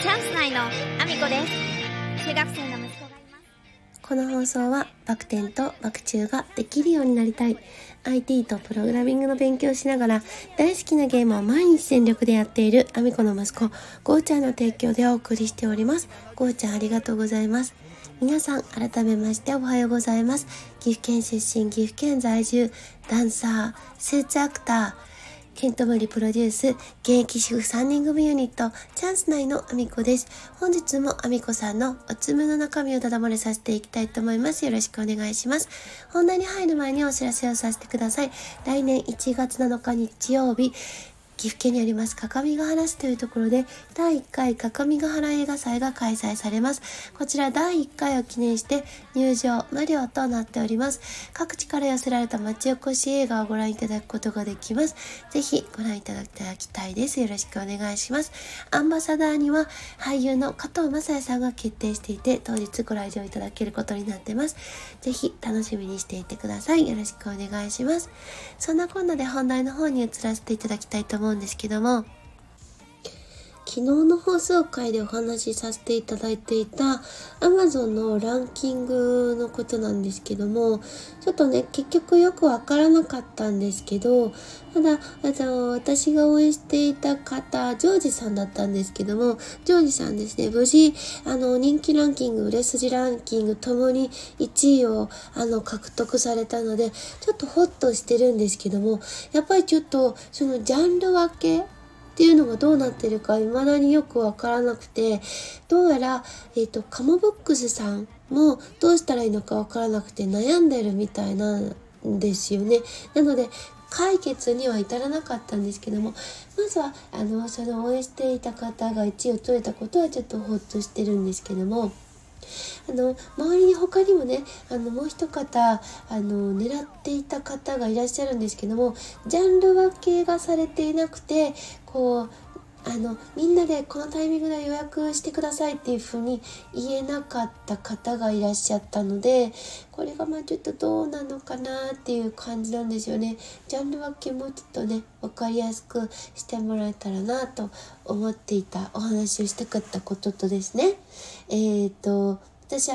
チャンス内のアミコです。中学生の息子がいます。 この放送はバク転とバク宙ができるようになりたい IT とプログラミングの勉強をしながら大好きなゲームを毎日全力でやっているアミコの息子ゴーちゃんの提供でお送りしております。ゴーちゃんありがとうございます。皆さん改めましておはようございます。岐阜県出身、岐阜県在住、ダンサー、スーツアクター、ケントムリプロデュース、現役主婦3人組ユニット、チャンス内のアミコです。本日もアミコさんのおつむの中身をただ漏れさせていきたいと思います。よろしくお願いします。本題に入る前にお知らせをさせてください。来年1月7日日曜日、岐阜県にあります各務原市というところで第1回各務原映画祭が開催されます。こちら第1回を記念して入場無料となっております。各地から寄せられた町おこし映画をご覧いただくことができます。ぜひご覧いただきたいです。よろしくお願いします。アンバサダーには俳優の加藤雅也さんが決定していて当日ご来場いただけることになってます。ぜひ楽しみにしていてください。よろしくお願いします。そんなこんなで本題の方に移らせていただきたいと思うんですけども、昨日の放送回でお話しさせていただいていた Amazon のランキングのことなんですけども、ちょっとね結局よくわからなかったんですけど、ただ私が応援していた方ジョージさんだったんですけども、ジョージさんですね、無事人気ランキング、売れ筋ランキングともに1位を獲得されたのでちょっとホッとしてるんですけども、やっぱりちょっとそのジャンル分けっていうのがどうなってるか未だによくわからなくて、どうやらカモブックスさんもどうしたらいいのかわからなくて悩んでるみたいなんですよね。なので解決には至らなかったんですけども、まずはその応援していた方が1位を取れたことはちょっとほっとしてるんですけども、周りに他にもねもう一方狙っていた方がいらっしゃるんですけども、ジャンル分けがされていなくて、みんなでこのタイミングで予約してくださいっていう風に言えなかった方がいらっしゃったので、これがちょっとどうなのかなっていう感じなんですよね。ジャンル分けもちょっとね分かりやすくしてもらえたらなと思っていたお話をしたかったこととですね、私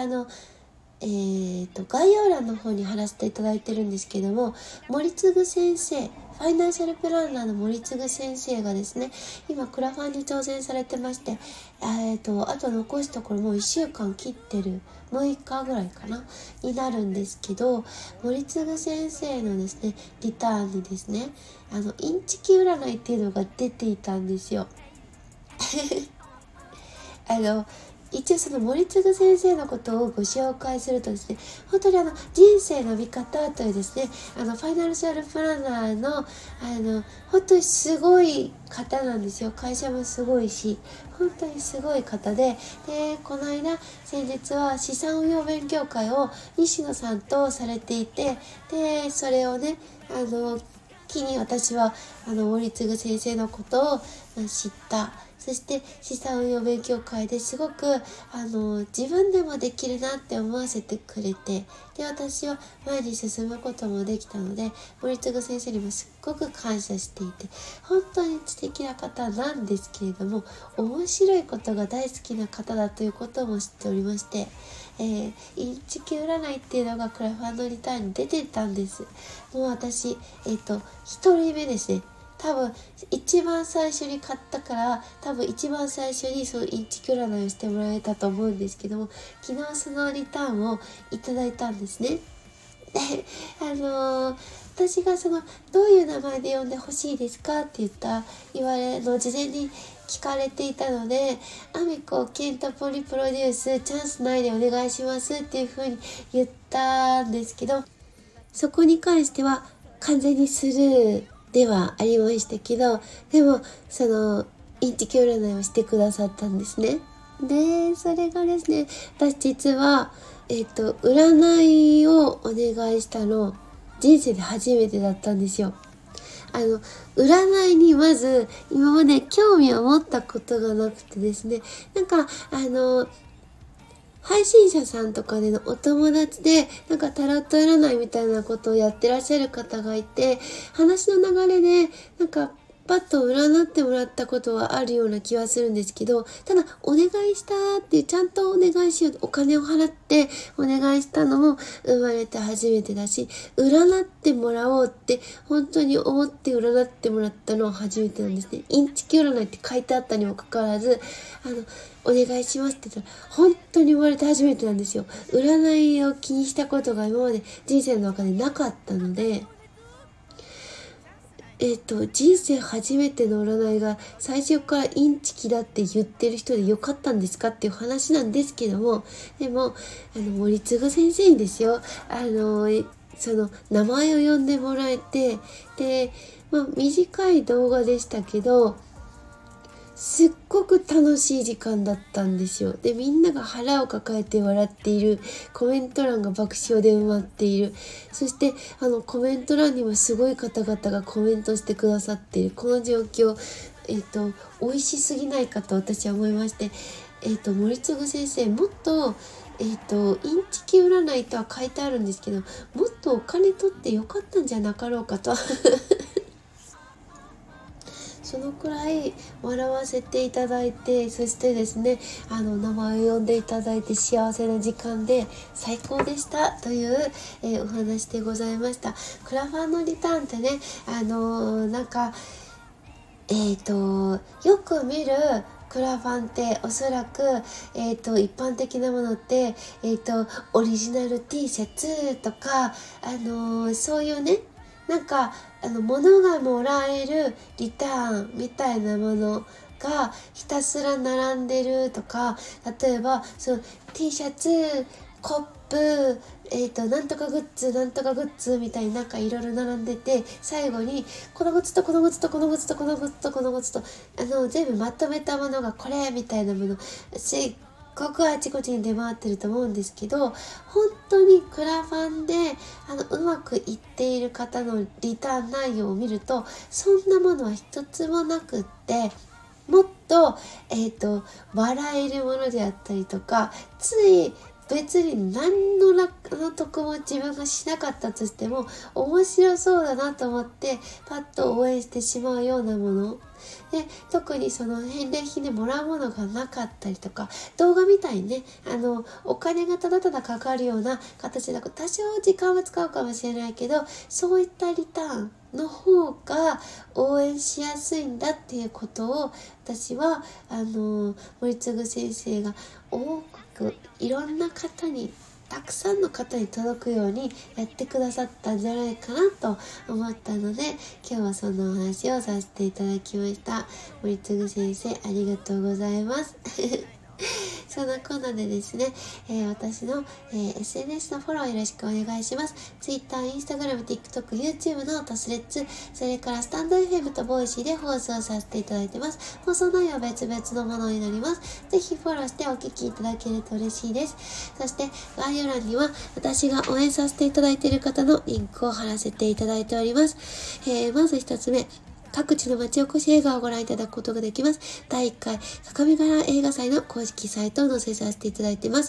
概要欄の方に貼らせていただいてるんですけども、森次先生、ファイナンシャルプランナーの森次先生がですね、今クラファンに挑戦されてまして、あと残すところもう1週間切ってる、6日ぐらいかなになるんですけど、森次先生のですねリターンにですねインチキ占いっていうのが出ていたんですよ。一応その森次先生のことをご紹介するとですね、本当に人生の見方というですねファイナンシャルプランナーの本当にすごい方なんですよ。会社もすごいし本当にすごい方で、この間先日は資産運用勉強会を西野さんとされていて、でそれをね機に私は森次先生のことを知った。そして資産運用勉強会ですごく自分でもできるなって思わせてくれて、で私は前に進むこともできたので森次先生にもすっごく感謝していて、本当に素敵な方なんですけれども、面白いことが大好きな方だということも知っておりまして、インチキ占いっていうのがクラファンのリターンに出てたんです。もう私1人目ですね。多分一番最初に買ったから多分一番最初にそのインチキ占いをしてもらえたと思うんですけども、昨日そのリターンをいただいたんですね。で私がどういう名前で呼んでほしいですかって事前に聞かれていたので、アミコケントポリプロデュースチャンス内でお願いしますっていう風に言ったんですけど、そこに関しては完全にスルーではありましたけど、でもインチキ占いをしてくださったんですね。でそれがですね、私実は占いをお願いしたの人生で初めてだったんですよ。占いにまず今まで興味を持ったことがなくてですね、配信者さんとかでのお友達でタロット占いみたいなことをやってらっしゃる方がいて、話の流れでパパッと占ってもらったことはあるような気はするんですけど、ただお願いしたっていう、ちゃんとお願いしよう、お金を払ってお願いしたのも生まれて初めてだし、占ってもらおうって本当に思って占ってもらったのは初めてなんですね。インチキ占いって書いてあったにもかかわらず、お願いしますって言ったら本当に生まれて初めてなんですよ。占いを気にしたことが今まで人生の中でなかったので、人生初めての占いが最初からインチキだって言ってる人でよかったんですかっていう話なんですけども、でも森次先生にですよ、その名前を呼んでもらえて、で、短い動画でしたけどすっごく楽しい時間だったんですよ。で、みんなが腹を抱えて笑っている、コメント欄が爆笑で埋まっている、そしてコメント欄にもすごい方々がコメントしてくださっているこの状況、美味しすぎないかと私は思いまして、森次先生もっとインチキ占いとは書いてあるんですけど、もっとお金取ってよかったんじゃなかろうかとそのくらい笑わせていただいて、そしてですね、名前を呼んでいただいて幸せな時間で最高でしたという、お話でございました。クラファンのリターンってね、よく見るクラファンっておそらく、一般的なものって、オリジナル T シャツとか、そういうね、物がもらえるリターンみたいなものがひたすら並んでるとか、例えばT シャツ、コップ、なんとかグッズなんとかグッズみたいにいろいろ並んでて、最後にこのグッズとこのグッズとこのグッズとこのグッズとこのグッズと全部まとめたものがこれみたいなものすっごくあちこちに出回ってると思うんですけど、本当にクラファンでうまくいっている方のリターン内容を見ると、そんなものは一つもなくって、もっと、笑えるものであったりとか、つい別に何の得も自分がしなかったとしても面白そうだなと思ってパッと応援してしまうようなもので、特にその返礼品でもらうものがなかったりとか、動画みたいにね、お金がただただかかるような形だと多少時間は使うかもしれないけど、そういったリターンの方が応援しやすいんだっていうことを、私は森次先生が多くいろんな方に、たくさんの方に届くようにやってくださったんじゃないかなと思ったので、今日はそのお話をさせていただきました。森次先生、ありがとうございますそんなこんなでですね、私の、SNS のフォローよろしくお願いします。Twitter、Instagram、TikTok、YouTube のトスレッツ、それからスタンド FM とボイシーで放送させていただいてます。放送内容は別々のものになります。ぜひフォローしてお聞きいただけると嬉しいです。そして概要欄には私が応援させていただいている方のリンクを貼らせていただいております。まず一つ目、各地の町おこし映画をご覧いただくことができます。第1回各務原映画祭の公式サイトを載せさせていただいています。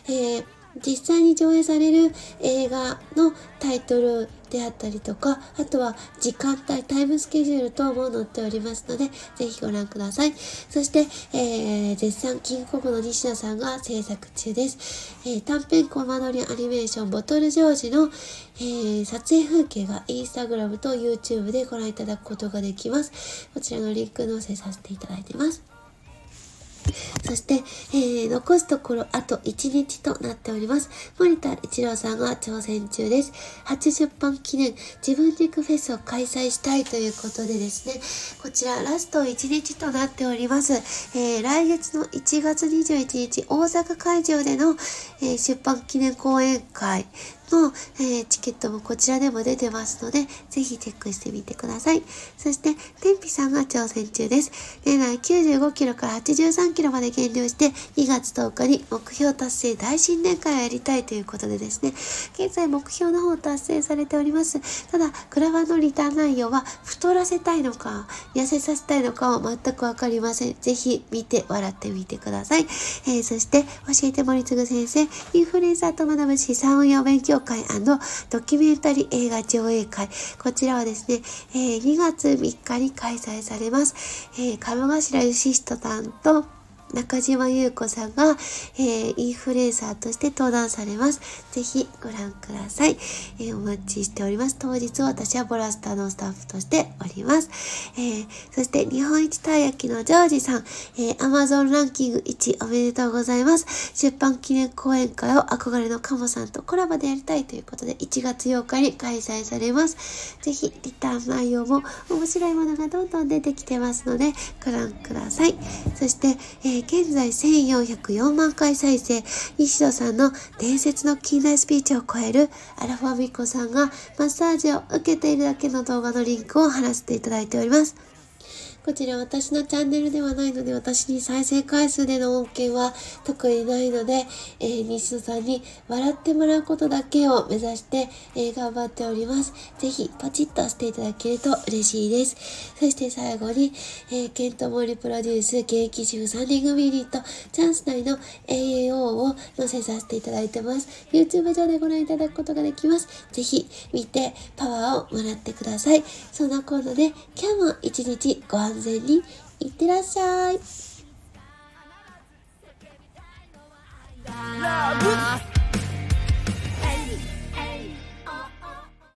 実際に上映される映画のタイトルであったりとか、あとは時間帯、タイムスケジュール等も載っておりますので、ぜひご覧ください。そして、絶賛キングコングの西野さんが制作中です。短編コマ撮りアニメーションボトルジョージの、撮影風景がインスタグラムと YouTube でご覧いただくことができます。こちらのリンク載せさせていただいています。そして、残すところあと1日となっております。森田一郎さんが挑戦中です。80版記念自分軸フェスを開催したいということでですね、こちらラスト1日となっております。来月の1月21日大阪会場での、出版記念講演会の、チケットもこちらでも出てますので、ぜひチェックしてみてください。そして、天日さんが挑戦中です。年内95キロから83キロまで減量して、2月10日に目標達成大新年会をやりたいということでですね、現在目標の方達成されております。ただ、クラファンのリターン内容は太らせたいのか、痩せさせたいのかは全くわかりません。ぜひ見て笑ってみてください。そして、教えて森次先生、インフルエンサーと学ぶ資産運用勉強会&ドキュメンタリー映画上映会。こちらはですね、2月3日に開催されます。鴨頭義人さんと中島優子さんが、インフルエンサーとして登壇されます。ぜひご覧ください。お待ちしております。当日私はボラスタのスタッフとしております。そして日本一たい焼きのジョージさん、Amazon ランキング1おめでとうございます。出版記念講演会を憧れのカモさんとコラボでやりたいということで1月8日に開催されます。ぜひリターン内容も面白いものがどんどん出てきてますのでご覧ください。そして、現在1404万回再生、西野さんの伝説の近代スピーチを超えるアラフォーミコさんがマッサージを受けているだけの動画のリンクを貼らせていただいております。こちら私のチャンネルではないので、私に再生回数での恩恵は特にないので、西野さんに笑ってもらうことだけを目指して、頑張っております。ぜひポチッとしていただけると嬉しいです。そして最後に、ケントモリプロデュース現役主婦3人組ユニットチャンス内の AAO を載せさせていただいてます。YouTube 上でご覧いただくことができます。ぜひ見てパワーをもらってください。そんなこんなで今日も一日ご安全にいってらっしゃい。